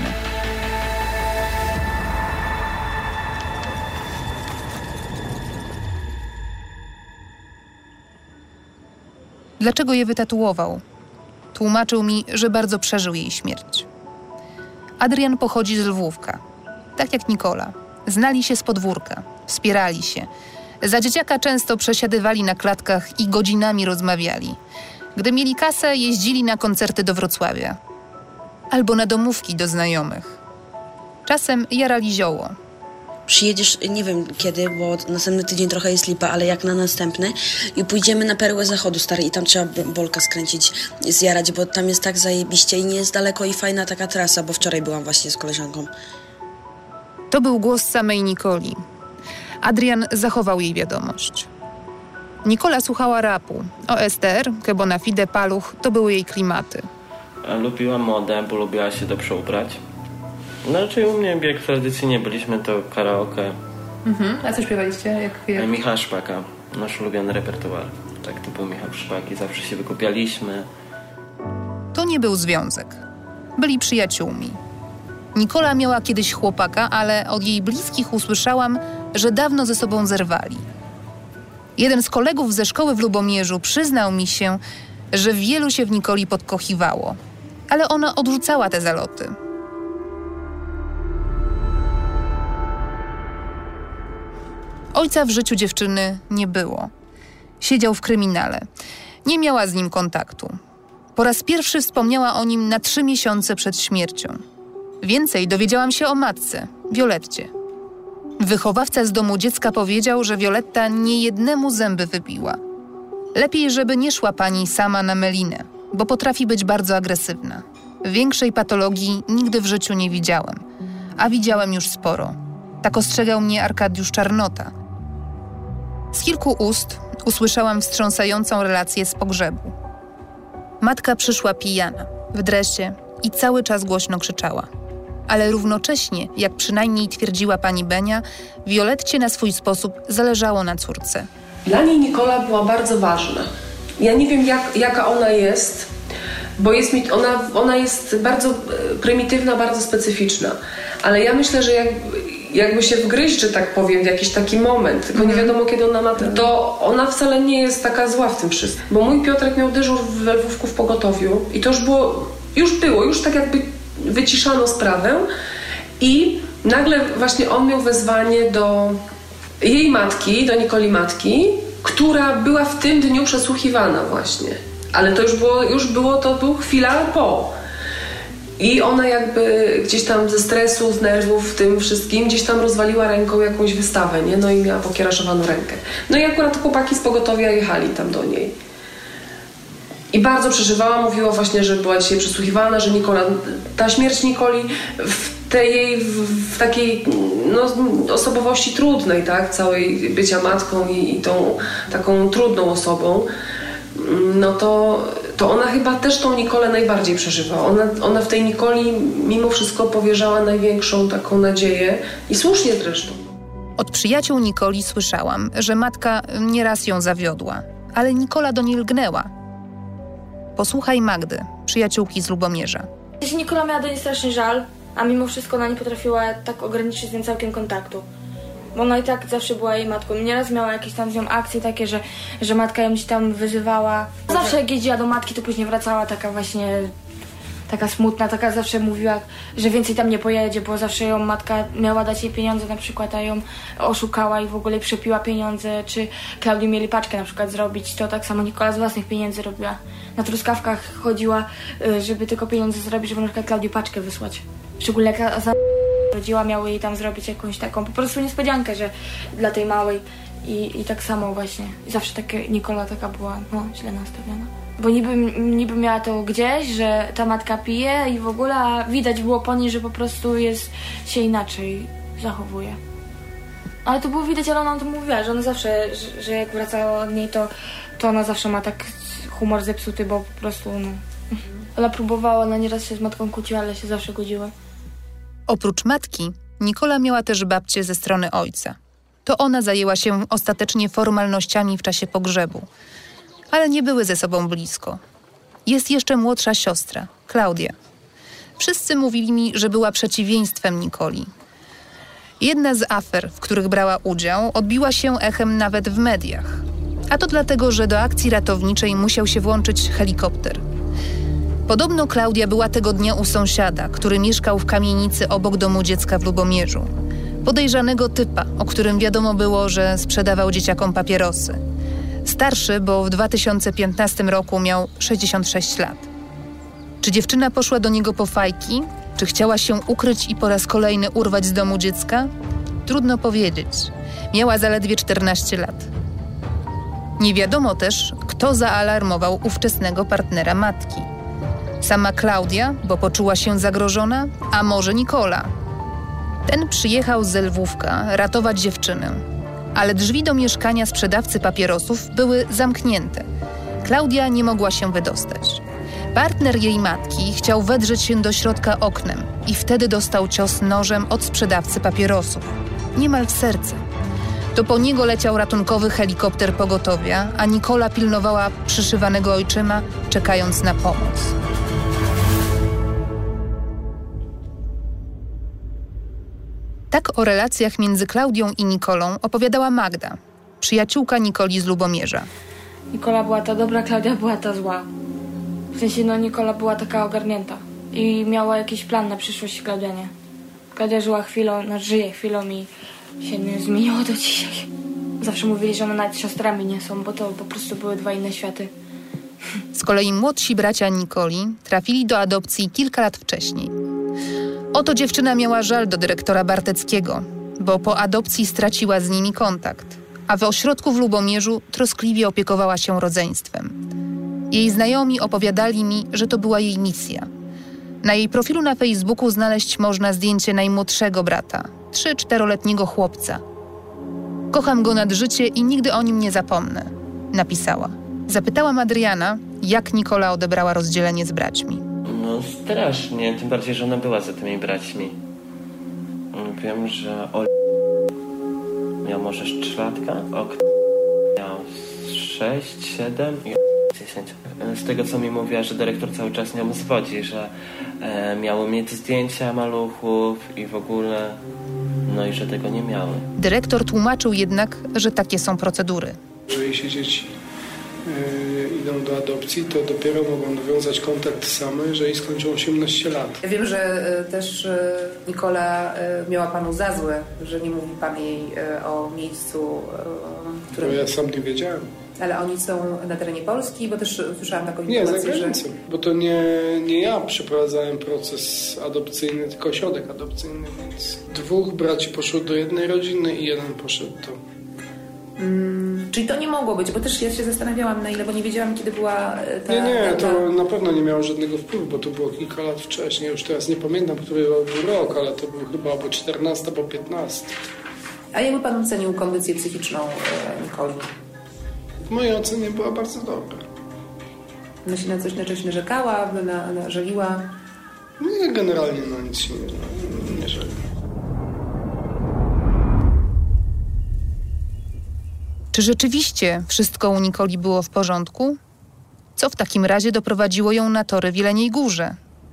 Dlaczego je wytatuował? Tłumaczył mi, że bardzo przeżył jej śmierć. Adrian pochodzi z Lwówka. Tak jak Nikola. Znali się z podwórka. Wspierali się. Za dzieciaka często przesiadywali na klatkach i godzinami rozmawiali. Gdy mieli kasę, jeździli na koncerty do Wrocławia. Albo na domówki do znajomych. Czasem jarali zioło. Przyjedziesz, nie wiem kiedy, bo następny tydzień trochę jest lipa, ale jak na następny i pójdziemy na Perłę Zachodu, stary, i tam trzeba bolka skręcić, zjarać, bo tam jest tak zajebiście i nie jest daleko i fajna taka trasa, bo wczoraj byłam właśnie z koleżanką. To był głos samej Nikoli. Adrian zachował jej wiadomość. Nikola słuchała rapu. OSTR, Que Bona Fide, Paluch to były jej klimaty. Lubiła modę, bo lubiła się dobrze ubrać. No raczej u mnie, jak tradycyjnie byliśmy, to karaoke. A co śpiewaliście? Jak... Michała Szpaka, nasz ulubiony repertuar. Tak, to był Michał Szpak i zawsze się wykupialiśmy. To nie był związek. Byli przyjaciółmi. Nikola miała kiedyś chłopaka, ale od jej bliskich usłyszałam, że dawno ze sobą zerwali. Jeden z kolegów ze szkoły w Lubomierzu przyznał mi się, że wielu się w Nikoli podkochiwało, ale ona odrzucała te zaloty. Ojca w życiu dziewczyny nie było. Siedział w kryminale. Nie miała z nim kontaktu. Po raz pierwszy wspomniała o nim na 3 miesiące przed śmiercią. Więcej dowiedziałam się o matce, Violetcie. Wychowawca z domu dziecka powiedział, że Violetta niejednemu zęby wybiła. Lepiej, żeby nie szła pani sama na melinę, bo potrafi być bardzo agresywna. Większej patologii nigdy w życiu nie widziałem. a widziałem już sporo. Tak ostrzegał mnie Arkadiusz Czarnota. Z kilku ust usłyszałam wstrząsającą relację z pogrzebu. Matka przyszła pijana, w dresie i cały czas głośno krzyczała. Ale równocześnie, jak przynajmniej twierdziła pani Benia, Violetcie na swój sposób zależało na córce. Dla niej Nikola była bardzo ważna. Ja nie wiem, jaka ona jest, bo ona jest bardzo prymitywna, bardzo specyficzna. Ale ja myślę, że jakby się wgryźć, że tak powiem, w jakiś taki moment, tylko nie wiadomo, kiedy ona ma, to ona wcale nie jest taka zła w tym wszystkim. Bo mój Piotrek miał dyżur we Lwówku w pogotowiu i to już tak jakby wyciszano sprawę i nagle właśnie on miał wezwanie do jej matki, do Nikoli matki, która była w tym dniu przesłuchiwana właśnie. Ale to to była chwila po. I ona jakby gdzieś tam ze stresu, z nerwów, w tym wszystkim, gdzieś tam rozwaliła ręką jakąś wystawę, nie? No i miała pokieraszowaną rękę. No i akurat chłopaki z pogotowia jechali tam do niej. I bardzo przeżywała, mówiła właśnie, że była dzisiaj przesłuchiwana, że ta śmierć Nikoli w takiej osobowości trudnej, tak? Całej bycia matką i tą taką trudną osobą, no to ona chyba też tą Nikolę najbardziej przeżywa. Ona w tej Nikoli mimo wszystko powierzała największą taką nadzieję i słusznie zresztą. Od przyjaciół Nikoli słyszałam, że matka nieraz ją zawiodła, ale Nikola do niej lgnęła. Posłuchaj Magdy, przyjaciółki z Lubomierza. Nikola miała do niej straszny żal, a mimo wszystko ona nie potrafiła tak ograniczyć z nią całkiem kontaktu. Bo ona i tak zawsze była jej matką. Nieraz miała jakieś tam z nią akcje takie, że matka ją gdzieś tam wyzywała. Zawsze jak jeździła do matki, to później wracała taka właśnie, taka smutna, taka zawsze mówiła, że więcej tam nie pojedzie, bo zawsze ją matka miała dać jej pieniądze na przykład, a ją oszukała i w ogóle przepiła pieniądze, czy Klaudii mieli paczkę na przykład zrobić, to tak samo Nikola z własnych pieniędzy robiła. Na truskawkach chodziła, żeby tylko pieniądze zrobić, żeby na przykład Klaudii paczkę wysłać. Szczególnie jak rodziła, miały jej tam zrobić jakąś taką po prostu niespodziankę, że dla tej małej i tak samo właśnie. I zawsze Nikola taka była, źle nastawiona. Bo niby miała to gdzieś, że ta matka pije i w ogóle widać było po niej, że po prostu się inaczej zachowuje. Ale to było widać, ale ona to mówiła, że ona zawsze, że jak wracała od niej, to ona zawsze ma tak humor zepsuty, bo po prostu Ona próbowała, ona nieraz się z matką kłóciła, ale się zawsze godziła. Oprócz matki, Nikola miała też babcię ze strony ojca. To ona zajęła się ostatecznie formalnościami w czasie pogrzebu. Ale nie były ze sobą blisko. Jest jeszcze młodsza siostra, Klaudia. Wszyscy mówili mi, że była przeciwieństwem Nikoli. Jedna z afer, w których brała udział, odbiła się echem nawet w mediach. A to dlatego, że do akcji ratowniczej musiał się włączyć helikopter. Podobno Klaudia była tego dnia u sąsiada, który mieszkał w kamienicy obok domu dziecka w Lubomierzu. Podejrzanego typa, o którym wiadomo było, że sprzedawał dzieciakom papierosy. Starszy, bo w 2015 roku miał 66 lat. Czy dziewczyna poszła do niego po fajki? Czy chciała się ukryć i po raz kolejny urwać z domu dziecka? Trudno powiedzieć. Miała zaledwie 14 lat. Nie wiadomo też, kto zaalarmował ówczesnego partnera matki. Sama Klaudia, bo poczuła się zagrożona, a może Nikola. Ten przyjechał z Lwówka ratować dziewczynę. Ale drzwi do mieszkania sprzedawcy papierosów były zamknięte. Klaudia nie mogła się wydostać. Partner jej matki chciał wedrzeć się do środka oknem i wtedy dostał cios nożem od sprzedawcy papierosów. Niemal w serce. To po niego leciał ratunkowy helikopter pogotowia, a Nikola pilnowała przyszywanego ojczyma, czekając na pomoc. Tak o relacjach między Klaudią i Nikolą opowiadała Magda, przyjaciółka Nikoli z Lubomierza. Nikola była ta dobra, Klaudia była ta zła. W sensie, Nikola była taka ogarnięta i miała jakiś plan na przyszłość, Klaudia nie. Klaudia żyła chwilą, żyje chwilą i się nie zmieniło do dzisiaj. Zawsze mówili, że one nawet siostrami nie są, bo to po prostu były dwa inne światy. Z kolei młodsi bracia Nikoli trafili do adopcji kilka lat wcześniej. Oto dziewczyna miała żal do dyrektora Barteckiego, bo po adopcji straciła z nimi kontakt, a w ośrodku w Lubomierzu troskliwie opiekowała się rodzeństwem. Jej znajomi opowiadali mi, że to była jej misja. Na jej profilu na Facebooku znaleźć można zdjęcie najmłodszego brata, 3-4-letniego chłopca. Kocham go nad życie i nigdy o nim nie zapomnę, napisała. Zapytałam Adriana, jak Nikola odebrała rozdzielenie z braćmi. No strasznie, tym bardziej, że ona była za tymi braćmi. Wiem, że miał może 3-latka, miał 6, 7 i 10. Z tego, co mi mówiła, że dyrektor cały czas nią zwodzi, że miały mieć zdjęcia maluchów i w ogóle, no i że tego nie miały. Dyrektor tłumaczył jednak, że takie są procedury. Że jeśli dzieci idą do adopcji, to dopiero mogą nawiązać kontakt same, jeżeli skończą 18 lat. Ja wiem, że też Nikola miała panu za złe, że nie mówi pan jej o miejscu, w którym... No ja sam nie wiedziałem. Ale oni są na terenie Polski, bo też słyszałam taką informację, informację, za granicą, bo to nie ja przeprowadzałem proces adopcyjny, tylko ośrodek adopcyjny, więc 2 braci poszło do jednej rodziny i 1 poszedł do... Czyli to nie mogło być, bo też ja się zastanawiałam na ile, bo nie wiedziałam, kiedy była ta... Nie, to na pewno nie miało żadnego wpływu, bo to było kilka lat wcześniej. Już teraz nie pamiętam, który był rok, ale to był chyba albo 14, albo 15. A jakby pan ocenił kondycję psychiczną Nikoli? W mojej ocenie była bardzo dobra. Ona się na coś narzekała, żaliła? Nie, generalnie nic się nie żali. Czy rzeczywiście wszystko u Nikoli było w porządku? Co w takim razie doprowadziło ją na tory w Jeleniej Górze?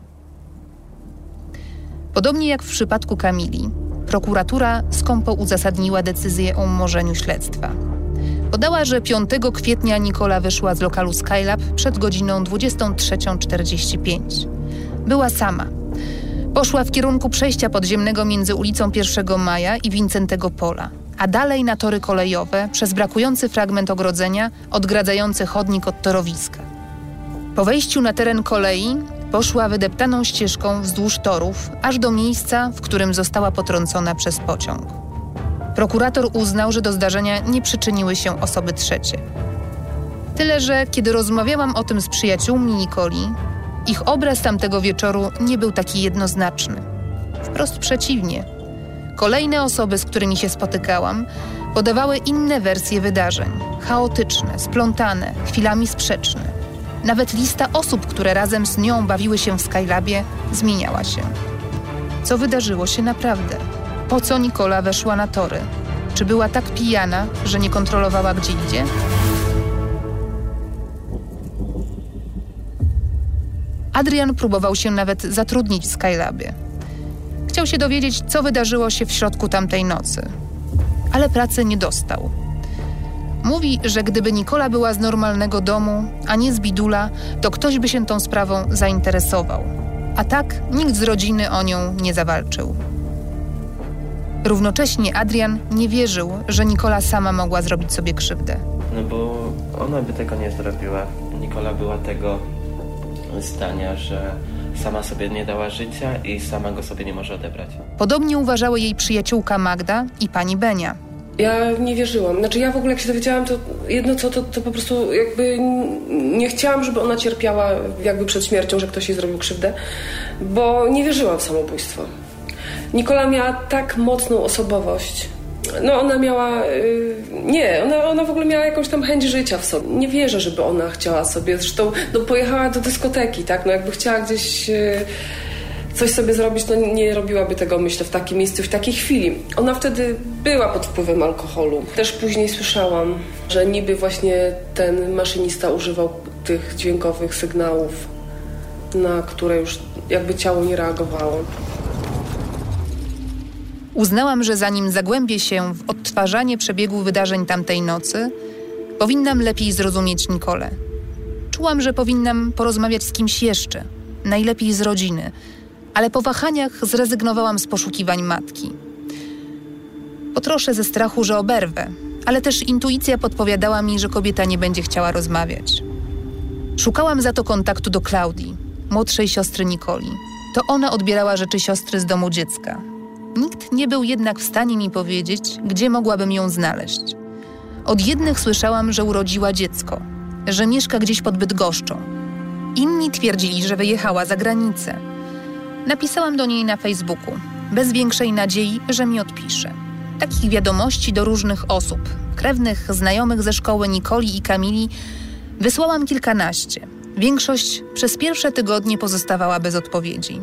Podobnie jak w przypadku Kamili, prokuratura skąpo uzasadniła decyzję o umorzeniu śledztwa. Podała, że 5 kwietnia Nikola wyszła z lokalu Skylab przed godziną 23:45. Była sama. Poszła w kierunku przejścia podziemnego między ulicą 1 Maja i Wincentego Pola, a dalej na tory kolejowe przez brakujący fragment ogrodzenia odgradzający chodnik od torowiska. Po wejściu na teren kolei poszła wydeptaną ścieżką wzdłuż torów, aż do miejsca, w którym została potrącona przez pociąg. Prokurator uznał, że do zdarzenia nie przyczyniły się osoby trzecie. Tyle, że kiedy rozmawiałam o tym z przyjaciółmi Nikoli, ich obraz tamtego wieczoru nie był taki jednoznaczny. Wprost przeciwnie. Kolejne osoby, z którymi się spotykałam, podawały inne wersje wydarzeń. Chaotyczne, splątane, chwilami sprzeczne. Nawet lista osób, które razem z nią bawiły się w Skylabie, zmieniała się. Co wydarzyło się naprawdę? Po co Nikola weszła na tory? Czy była tak pijana, że nie kontrolowała, gdzie idzie? Adrian próbował się nawet zatrudnić w Skylabie. Chciał się dowiedzieć, co wydarzyło się w środku tamtej nocy. Ale pracy nie dostał. Mówi, że gdyby Nikola była z normalnego domu, a nie z bidula, to ktoś by się tą sprawą zainteresował. A tak nikt z rodziny o nią nie zawalczył. Równocześnie Adrian nie wierzył, że Nikola sama mogła zrobić sobie krzywdę. No bo ona by tego nie zrobiła. Nikola była tego zdania, że sama sobie nie dała życia i sama go sobie nie może odebrać. Podobnie uważały jej przyjaciółka Magda i pani Benia. Ja nie wierzyłam. Znaczy ja w ogóle jak się dowiedziałam, to jedno co, to po prostu jakby nie chciałam, żeby ona cierpiała jakby przed śmiercią, że ktoś jej zrobił krzywdę, bo nie wierzyłam w samobójstwo. Nikola miała tak mocną osobowość. No ona miała... ona w ogóle miała jakąś tam chęć życia w sobie. Nie wierzę, żeby ona chciała sobie... Zresztą pojechała do dyskoteki, tak? No jakby chciała gdzieś coś sobie zrobić, to nie robiłaby tego, myślę, w takim miejscu, w takiej chwili. Ona wtedy była pod wpływem alkoholu. Też później słyszałam, że niby właśnie ten maszynista używał tych dźwiękowych sygnałów, na które już jakby ciało nie reagowało. Uznałam, że zanim zagłębię się w odtwarzanie przebiegu wydarzeń tamtej nocy, powinnam lepiej zrozumieć Nikolę. Czułam, że powinnam porozmawiać z kimś jeszcze, najlepiej z rodziny, ale po wahaniach zrezygnowałam z poszukiwań matki. Po trosze ze strachu, że oberwę, ale też intuicja podpowiadała mi, że kobieta nie będzie chciała rozmawiać. Szukałam za to kontaktu do Klaudii, młodszej siostry Nikoli. To ona odbierała rzeczy siostry z domu dziecka. Nikt nie był jednak w stanie mi powiedzieć, gdzie mogłabym ją znaleźć. Od jednych słyszałam, że urodziła dziecko, że mieszka gdzieś pod Bydgoszczą. Inni twierdzili, że wyjechała za granicę. Napisałam do niej na Facebooku, bez większej nadziei, że mi odpisze. Takich wiadomości do różnych osób, krewnych, znajomych ze szkoły Nikoli i Kamili, wysłałam kilkanaście. Większość przez pierwsze tygodnie pozostawała bez odpowiedzi.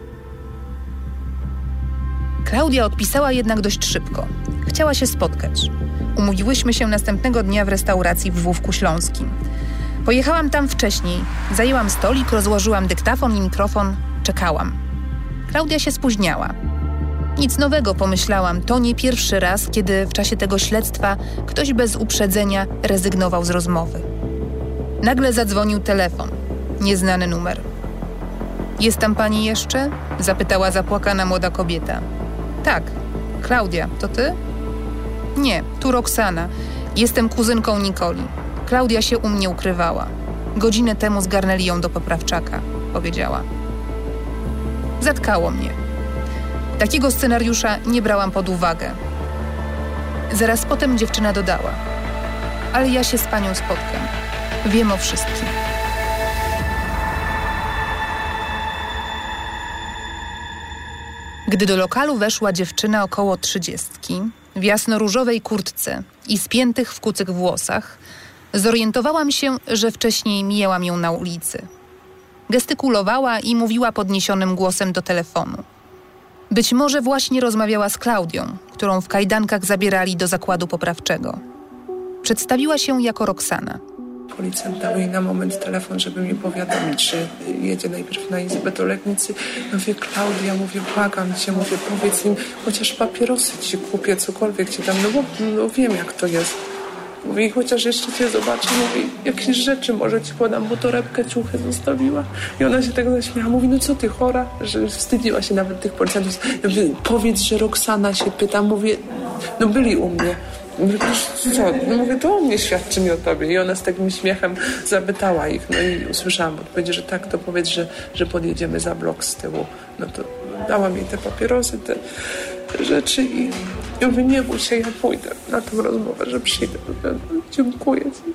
Klaudia odpisała jednak dość szybko. Chciała się spotkać. Umówiłyśmy się następnego dnia w restauracji w Lwówku Śląskim. Pojechałam tam wcześniej. Zajęłam stolik, rozłożyłam dyktafon i mikrofon. Czekałam. Klaudia się spóźniała. Nic nowego, pomyślałam. To nie pierwszy raz, kiedy w czasie tego śledztwa ktoś bez uprzedzenia rezygnował z rozmowy. Nagle zadzwonił telefon. Nieznany numer. Jest tam pani jeszcze? Zapytała zapłakana młoda kobieta. Tak. Klaudia, to ty? Nie, tu Roxana. Jestem kuzynką Nikoli. Klaudia się u mnie ukrywała. Godzinę temu zgarnęli ją do poprawczaka, powiedziała. Zatkało mnie. Takiego scenariusza nie brałam pod uwagę. Zaraz potem dziewczyna dodała. Ale ja się z panią spotkam. Wiem o wszystkim. Gdy do lokalu weszła dziewczyna około 30, w jasnoróżowej kurtce i spiętych w kucych włosach, zorientowałam się, że wcześniej mijałam ją na ulicy. Gestykulowała i mówiła podniesionym głosem do telefonu. Być może właśnie rozmawiała z Klaudią, którą w kajdankach zabierali do zakładu poprawczego. Przedstawiła się jako Roxana. Policjant dał jej na moment telefon, żeby mi powiadomić, że jedzie najpierw na izbę do Legnicy. Mówię, Klaudia, mówię, błagam cię, mówię, powiedz im, chociaż papierosy ci kupię, cokolwiek ci dam, no bo wiem, jak to jest. Mówi, chociaż jeszcze cię zobaczę, mówi, jakieś rzeczy może ci podam, bo torebkę, ciuchy zostawiła. I ona się tak zaśmiała. Mówi, no co ty, chora? Że wstydziła się nawet tych policjantów. Powiedz, że Roxana się pyta. Mówię, no byli u mnie. Mówię, co? No mówię, to o mnie świadczy mi o tobie. I ona z takim śmiechem zapytała ich. No i usłyszałam odpowiedź, że tak, to powiedz, że podjedziemy za blok z tyłu. No to dałam jej te papierosy, te rzeczy i mówię, nie bój się, ja pójdę na tę rozmowę, że przyjdę. Dziękuję ci.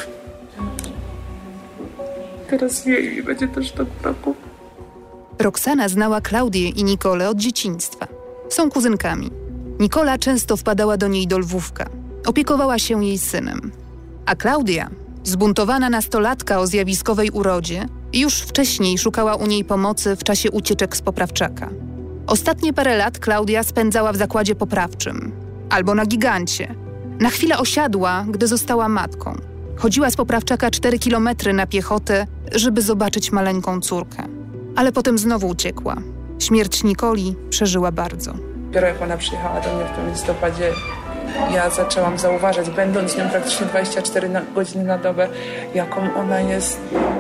Teraz jej będzie też tak braku. Roxana znała Klaudię i Nikolę od dzieciństwa. Są kuzynkami. Nikola często wpadała do niej do Lwówka. Opiekowała się jej synem. A Klaudia, zbuntowana nastolatka o zjawiskowej urodzie, już wcześniej szukała u niej pomocy w czasie ucieczek z poprawczaka. Ostatnie parę lat Klaudia spędzała w zakładzie poprawczym. Albo na Gigancie. Na chwilę osiadła, gdy została matką. Chodziła z poprawczaka 4 kilometry na piechotę, żeby zobaczyć maleńką córkę. Ale potem znowu uciekła. Śmierć Nikoli przeżyła bardzo. Dopiero jak ona przyjechała do mnie w tym listopadzie, ja zaczęłam zauważać, będąc z nią praktycznie 24 godziny na dobę, jaką ona jest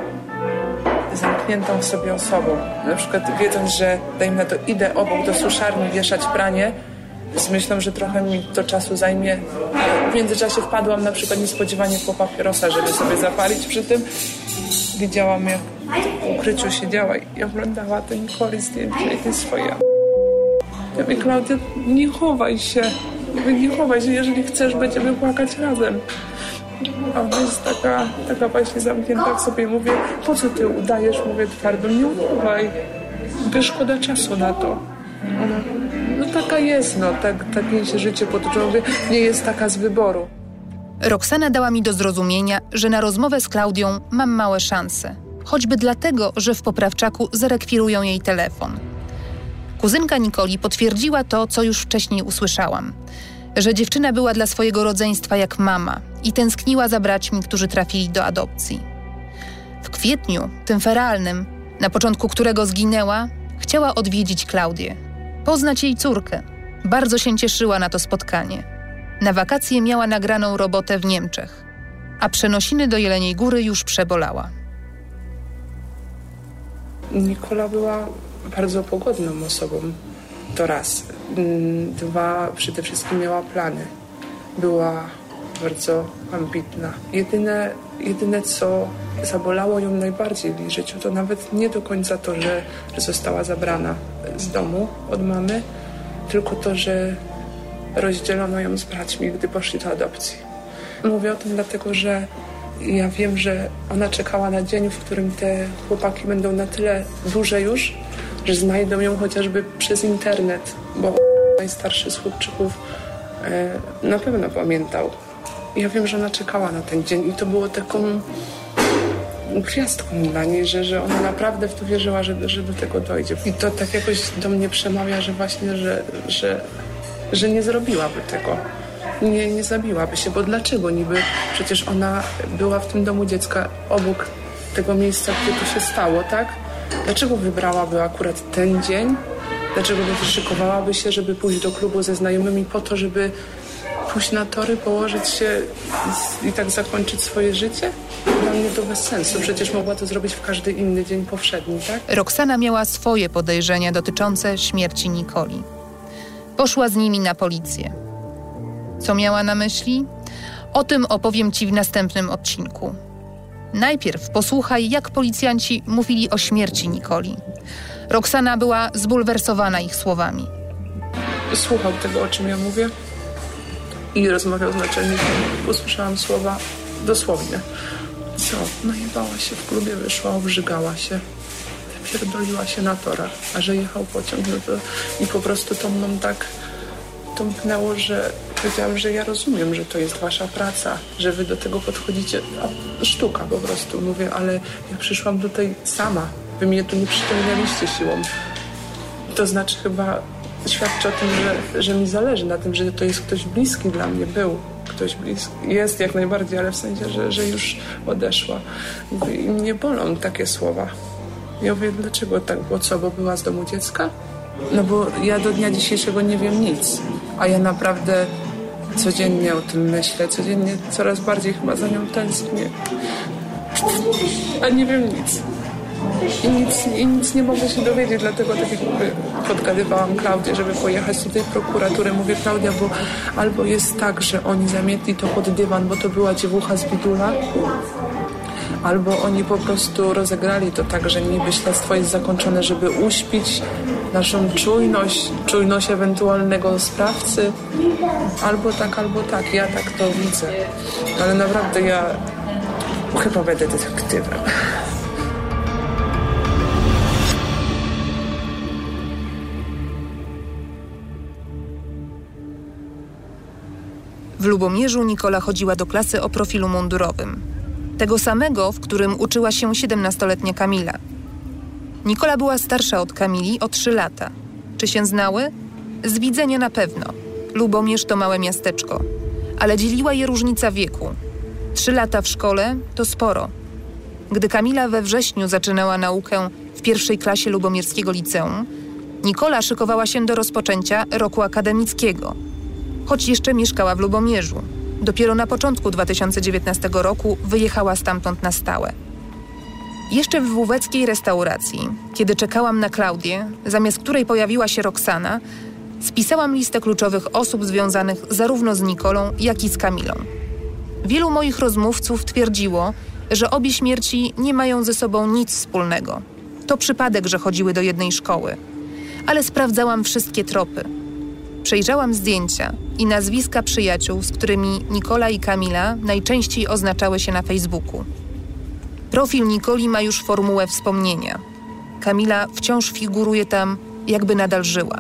zamkniętą w sobie osobą. Na przykład wiedząc, że dajmy na to idę obok do suszarni wieszać pranie, z myślą, że trochę mi to czasu zajmie. W międzyczasie wpadłam na przykład niespodziewanie po papierosa, żeby sobie zapalić przy tym. Widziałam, jak w ukryciu siedziała i oglądała te Nikoli zdjęcia i te swoje. Ja mówię, Klaudia, nie chowaj się. Nie chowaj się, jeżeli chcesz, będziemy płakać razem. A ona jest taka właśnie zamknięta w sobie. Mówię, po co ty udajesz? Mówię twardo, nie udawaj. Mówię, szkoda czasu na to. Ona, no taka jest, no, tak jej się życie potoczyło. Mówię, nie jest taka z wyboru. Roxana dała mi do zrozumienia, że na rozmowę z Klaudią mam małe szanse. Choćby dlatego, że w poprawczaku zarekwirują jej telefon. Kuzynka Nikoli potwierdziła to, co już wcześniej usłyszałam. Że dziewczyna była dla swojego rodzeństwa jak mama i tęskniła za braćmi, którzy trafili do adopcji. W kwietniu, tym feralnym, na początku którego zginęła, chciała odwiedzić Klaudię. Poznać jej córkę. Bardzo się cieszyła na to spotkanie. Na wakacje miała nagraną robotę w Niemczech, a przenosiny do Jeleniej Góry już przebolała. Nikola była bardzo pogodną osobą. To raz. 2, przede wszystkim miała plany. Była bardzo ambitna. Jedyne co zabolało ją najbardziej w jej życiu, to nawet nie do końca to, że została zabrana z domu od mamy, tylko to, że rozdzielono ją z braćmi, gdy poszli do adopcji. Mówię o tym dlatego, że ja wiem, że ona czekała na dzień, w którym te chłopaki będą na tyle duże już, że znajdą ją chociażby przez internet, bo najstarszy z chłopczyków na pewno pamiętał. Ja wiem, że ona czekała na ten dzień i to było taką gwiazdką dla niej, że ona naprawdę w to wierzyła, że do tego dojdzie. I to tak jakoś do mnie przemawia, że właśnie, że nie zrobiłaby tego. Nie zabiłaby się, bo dlaczego niby? Przecież ona była w tym domu dziecka obok tego miejsca, gdzie to się stało, tak? Dlaczego wybrałaby akurat ten dzień? Dlaczego wyszykowałaby się, żeby pójść do klubu ze znajomymi po to, żeby pójść na tory, położyć się i tak zakończyć swoje życie? Dla mnie to bez sensu. Przecież mogła to zrobić w każdy inny dzień powszedni, tak? Roxana miała swoje podejrzenia dotyczące śmierci Nikoli. Poszła z nimi na policję. Co miała na myśli? O tym opowiem Ci w następnym odcinku. Najpierw posłuchaj, jak policjanci mówili o śmierci Nikoli. Roxana była zbulwersowana ich słowami. Słuchał tego, o czym ja mówię i rozmawiał z naczelnikiem. Usłyszałam słowa dosłownie. Co? Najebała się w klubie, wyszła, obrzygała się. Wypierdoliła się na torach. A że jechał pociąg, no to i po prostu to mną tak tąpnęło, że powiedziałam, że ja rozumiem, że to jest wasza praca, że wy do tego podchodzicie. A sztuka po prostu. Mówię, ale ja przyszłam tutaj sama. Wy mnie tu nie przyciągnęliście siłą. To znaczy chyba świadczy o tym, że mi zależy na tym, że to jest ktoś bliski dla mnie. Był ktoś bliski. Jest jak najbardziej, ale w sensie, że już odeszła. Mówię, i mnie bolą takie słowa. Ja mówię, dlaczego tak było? Co, bo była z domu dziecka? No bo ja do dnia dzisiejszego nie wiem nic. A ja naprawdę codziennie o tym myślę. Codziennie coraz bardziej chyba za nią tęsknię. A nie wiem nic. I nic nie mogę się dowiedzieć, dlatego tak jakby podgadywałam Klaudię, żeby pojechać do tej prokuratury. Mówię, Klaudia, bo albo jest tak, że oni zamietli to pod dywan, bo to była dziewucha z Bidula, albo oni po prostu rozegrali to tak, że niby śledztwo jest zakończone, żeby uśpić naszą czujność ewentualnego sprawcy. Albo tak, ja tak to widzę. Ale naprawdę ja chyba będę detektywem. W Lubomierzu Nikola chodziła do klasy o profilu mundurowym. Tego samego, w którym uczyła się 17-letnia Kamila. Nikola była starsza od Kamili o 3 lata. Czy się znały? Z widzenia na pewno. Lubomierz to małe miasteczko. Ale dzieliła je różnica wieku. 3 lata w szkole to sporo. Gdy Kamila we wrześniu zaczynała naukę w 1. klasie lubomierskiego liceum, Nikola szykowała się do rozpoczęcia roku akademickiego. Choć jeszcze mieszkała w Lubomierzu. Dopiero na początku 2019 roku wyjechała stamtąd na stałe. Jeszcze w wóweckiej restauracji, kiedy czekałam na Klaudię, zamiast której pojawiła się Roxana, spisałam listę kluczowych osób związanych zarówno z Nikolą, jak i z Kamilą. Wielu moich rozmówców twierdziło, że obie śmierci nie mają ze sobą nic wspólnego. To przypadek, że chodziły do jednej szkoły. Ale sprawdzałam wszystkie tropy. Przejrzałam zdjęcia i nazwiska przyjaciół, z którymi Nikola i Kamila najczęściej oznaczały się na Facebooku. Profil Nikoli ma już formułę wspomnienia. Kamila wciąż figuruje tam, jakby nadal żyła.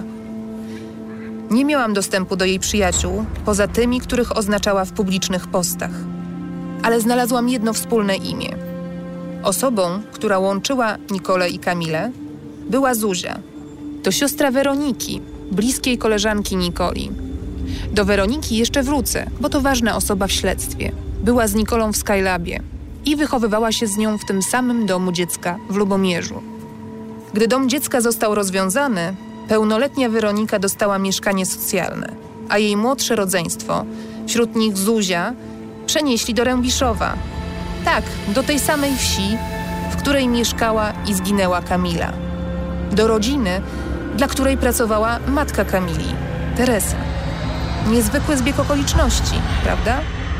Nie miałam dostępu do jej przyjaciół, poza tymi, których oznaczała w publicznych postach. Ale znalazłam jedno wspólne imię. Osobą, która łączyła Nikolę i Kamilę, była Zuzia. To siostra Weroniki, bliskiej koleżanki Nikoli. Do Weroniki jeszcze wrócę, bo to ważna osoba w śledztwie. Była z Nikolą w Skylabie i wychowywała się z nią w tym samym domu dziecka w Lubomierzu. Gdy dom dziecka został rozwiązany, pełnoletnia Weronika dostała mieszkanie socjalne, a jej młodsze rodzeństwo, wśród nich Zuzia, przenieśli do Rębiszowa. Tak, do tej samej wsi, w której mieszkała i zginęła Kamila. Do rodziny, dla której pracowała matka Kamili, Teresa. Niezwykły zbieg okoliczności, prawda?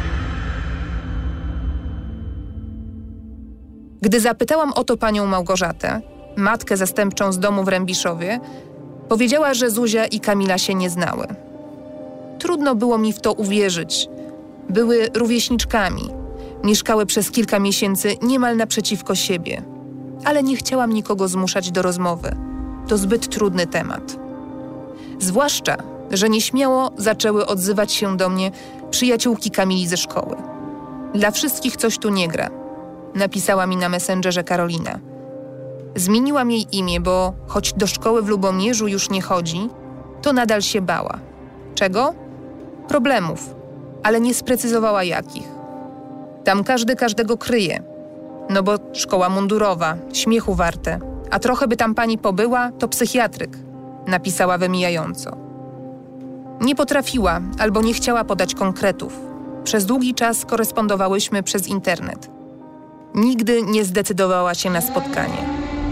Gdy zapytałam o to panią Małgorzatę, matkę zastępczą z domu w Rębiszowie, powiedziała, że Zuzia i Kamila się nie znały. Trudno było mi w to uwierzyć. Były rówieśniczkami. Mieszkały przez kilka miesięcy niemal naprzeciwko siebie. Ale nie chciałam nikogo zmuszać do rozmowy. to zbyt trudny temat. Zwłaszcza, że nieśmiało zaczęły odzywać się do mnie przyjaciółki Kamili ze szkoły. Dla wszystkich coś tu nie gra, napisała mi na Messengerze Karolina. Zmieniłam jej imię, bo choć do szkoły w Lubomierzu już nie chodzi, to nadal się bała. Czego? Problemów, ale nie sprecyzowała jakich. Tam każdy każdego kryje, no bo szkoła mundurowa, śmiechu warte, a trochę by tam pani pobyła, to psychiatryk, napisała wymijająco. Nie potrafiła albo nie chciała podać konkretów. Przez długi czas korespondowałyśmy przez internet. Nigdy nie zdecydowała się na spotkanie.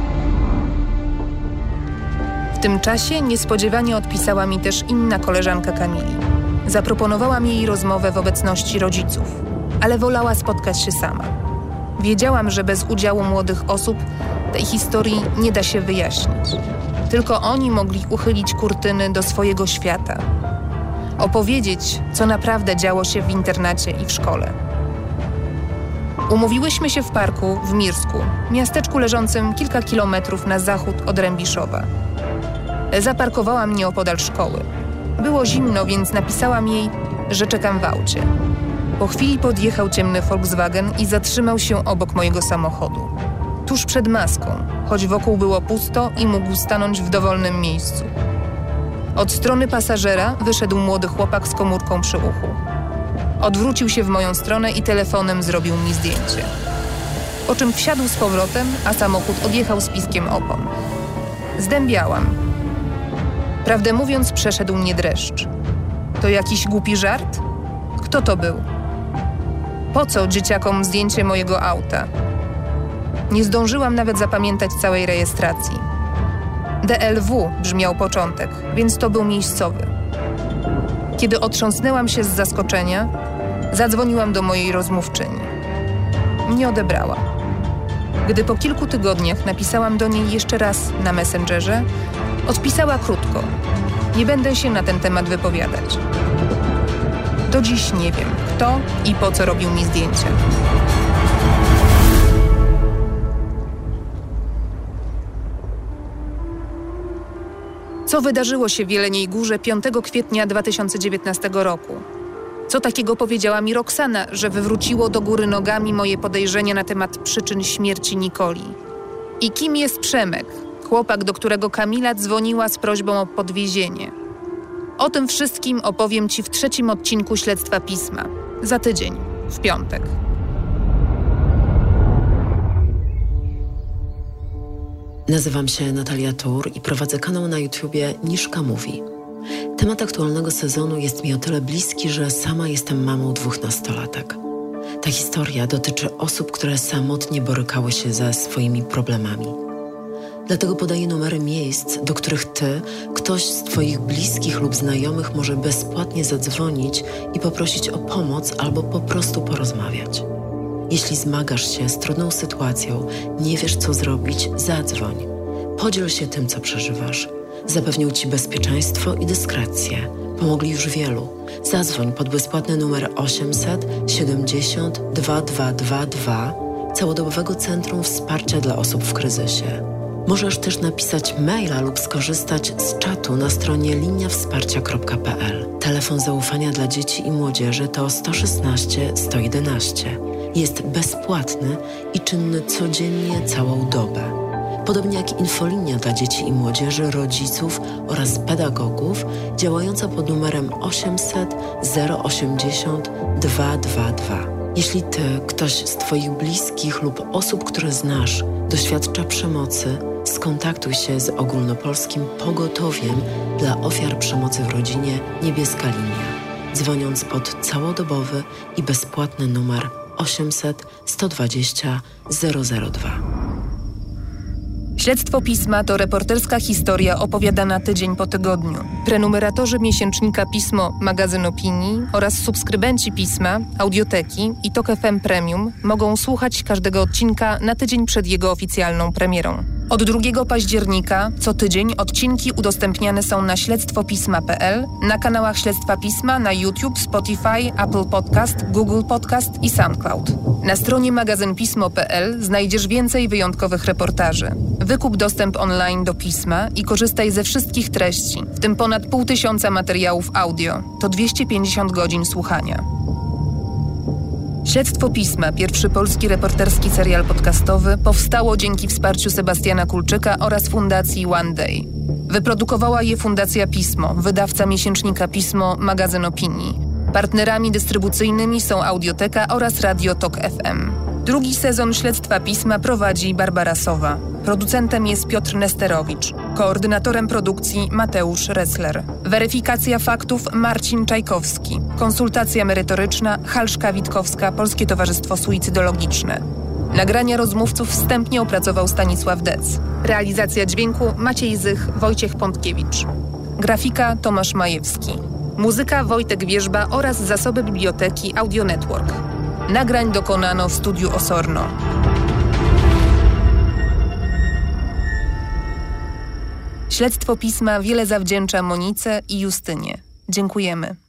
W tym czasie niespodziewanie odpisała mi też inna koleżanka Kamili. Zaproponowałam jej rozmowę w obecności rodziców, ale wolała spotkać się sama. Wiedziałam, że bez udziału młodych osób tej historii nie da się wyjaśnić. Tylko oni mogli uchylić kurtyny do swojego świata. Opowiedzieć, co naprawdę działo się w internacie i w szkole. Umówiłyśmy się w parku w Mirsku, miasteczku leżącym kilka kilometrów na zachód od Rębiszowa. Zaparkowała mnie opodal szkoły. Było zimno, więc napisałam jej, że czekam w aucie. Po chwili podjechał ciemny Volkswagen i zatrzymał się obok mojego samochodu. Tuż przed maską, choć wokół było pusto i mógł stanąć w dowolnym miejscu. Od strony pasażera wyszedł młody chłopak z komórką przy uchu. Odwrócił się w moją stronę i telefonem zrobił mi zdjęcie. Po czym wsiadł z powrotem, a samochód odjechał z piskiem opon. Zdębiałam. Prawdę mówiąc, przeszedł mnie dreszcz. To jakiś głupi żart? Kto to był? Po co dzieciakom zdjęcie mojego auta? Nie zdążyłam nawet zapamiętać całej rejestracji. DLW brzmiał początek, więc to był miejscowy. Kiedy otrząsnęłam się z zaskoczenia, zadzwoniłam do mojej rozmówczyni. Nie odebrała. Gdy po kilku tygodniach napisałam do niej jeszcze raz na Messengerze, odpisała krótko. Nie będę się na ten temat wypowiadać. Do dziś nie wiem, kto i po co robił mi zdjęcia. Co wydarzyło się w Jeleniej Górze 5 kwietnia 2019 roku? Co takiego powiedziała mi Roxana, że wywróciło do góry nogami moje podejrzenia na temat przyczyn śmierci Nikoli? I kim jest Przemek, chłopak, do którego Kamila dzwoniła z prośbą o podwiezienie? O tym wszystkim opowiem Ci w 3. odcinku Śledztwa Pisma. Za tydzień, w piątek. Nazywam się Natalia Tur i prowadzę kanał na YouTubie Niszka Mówi. Temat aktualnego sezonu jest mi o tyle bliski, że sama jestem mamą 2 nastolatek. Ta historia dotyczy osób, które samotnie borykały się ze swoimi problemami. Dlatego podaję numery miejsc, do których Ty, ktoś z Twoich bliskich lub znajomych może bezpłatnie zadzwonić i poprosić o pomoc albo po prostu porozmawiać. Jeśli zmagasz się z trudną sytuacją, nie wiesz co zrobić, zadzwoń. Podziel się tym, co przeżywasz. Zapewnią Ci bezpieczeństwo i dyskrecję. Pomogli już wielu. Zadzwoń pod bezpłatny numer 800 70 2222 Całodobowego Centrum Wsparcia dla Osób w Kryzysie. Możesz też napisać maila lub skorzystać z czatu na stronie liniawsparcia.pl. Telefon zaufania dla dzieci i młodzieży to 116 111. Jest bezpłatny i czynny codziennie całą dobę. Podobnie jak infolinia dla dzieci i młodzieży, rodziców oraz pedagogów działająca pod numerem 800 080 222. Jeśli Ty, ktoś z Twoich bliskich lub osób, które znasz, doświadcza przemocy, skontaktuj się z ogólnopolskim pogotowiem dla ofiar przemocy w rodzinie Niebieska Linia, dzwoniąc pod całodobowy i bezpłatny numer 800 120 002. Śledztwo Pisma to reporterska historia opowiadana tydzień po tygodniu. Prenumeratorzy miesięcznika Pismo, magazyn opinii oraz subskrybenci Pisma, Audioteki i Tok FM Premium mogą słuchać każdego odcinka na tydzień przed jego oficjalną premierą. Od 2 października co tydzień odcinki udostępniane są na śledztwopisma.pl, na kanałach Śledztwa Pisma na YouTube, Spotify, Apple Podcast, Google Podcast i SoundCloud. Na stronie magazynpismo.pl znajdziesz więcej wyjątkowych reportaży. Wykup dostęp online do pisma i korzystaj ze wszystkich treści, w tym ponad 500 materiałów audio. To 250 godzin słuchania. Śledztwo Pisma, pierwszy polski reporterski serial podcastowy, powstało dzięki wsparciu Sebastiana Kulczyka oraz Fundacji One Day. Wyprodukowała je Fundacja Pismo, wydawca miesięcznika Pismo, magazyn opinii. Partnerami dystrybucyjnymi są Audioteka oraz Radio Tok FM. Drugi sezon Śledztwa Pisma prowadzi Barbara Sowa. Producentem jest Piotr Nesterowicz. Koordynatorem produkcji Mateusz Ressler. Weryfikacja faktów Marcin Czajkowski. Konsultacja merytoryczna Halszka Witkowska, Polskie Towarzystwo Suicydologiczne. Nagrania rozmówców wstępnie opracował Stanisław Dec. Realizacja dźwięku Maciej Zych, Wojciech Pątkiewicz. Grafika Tomasz Majewski. Muzyka Wojtek Wierzba oraz zasoby biblioteki Audio Network. Nagrań dokonano w studiu Osorno. Śledztwo Pisma wiele zawdzięcza Monice i Justynie. Dziękujemy.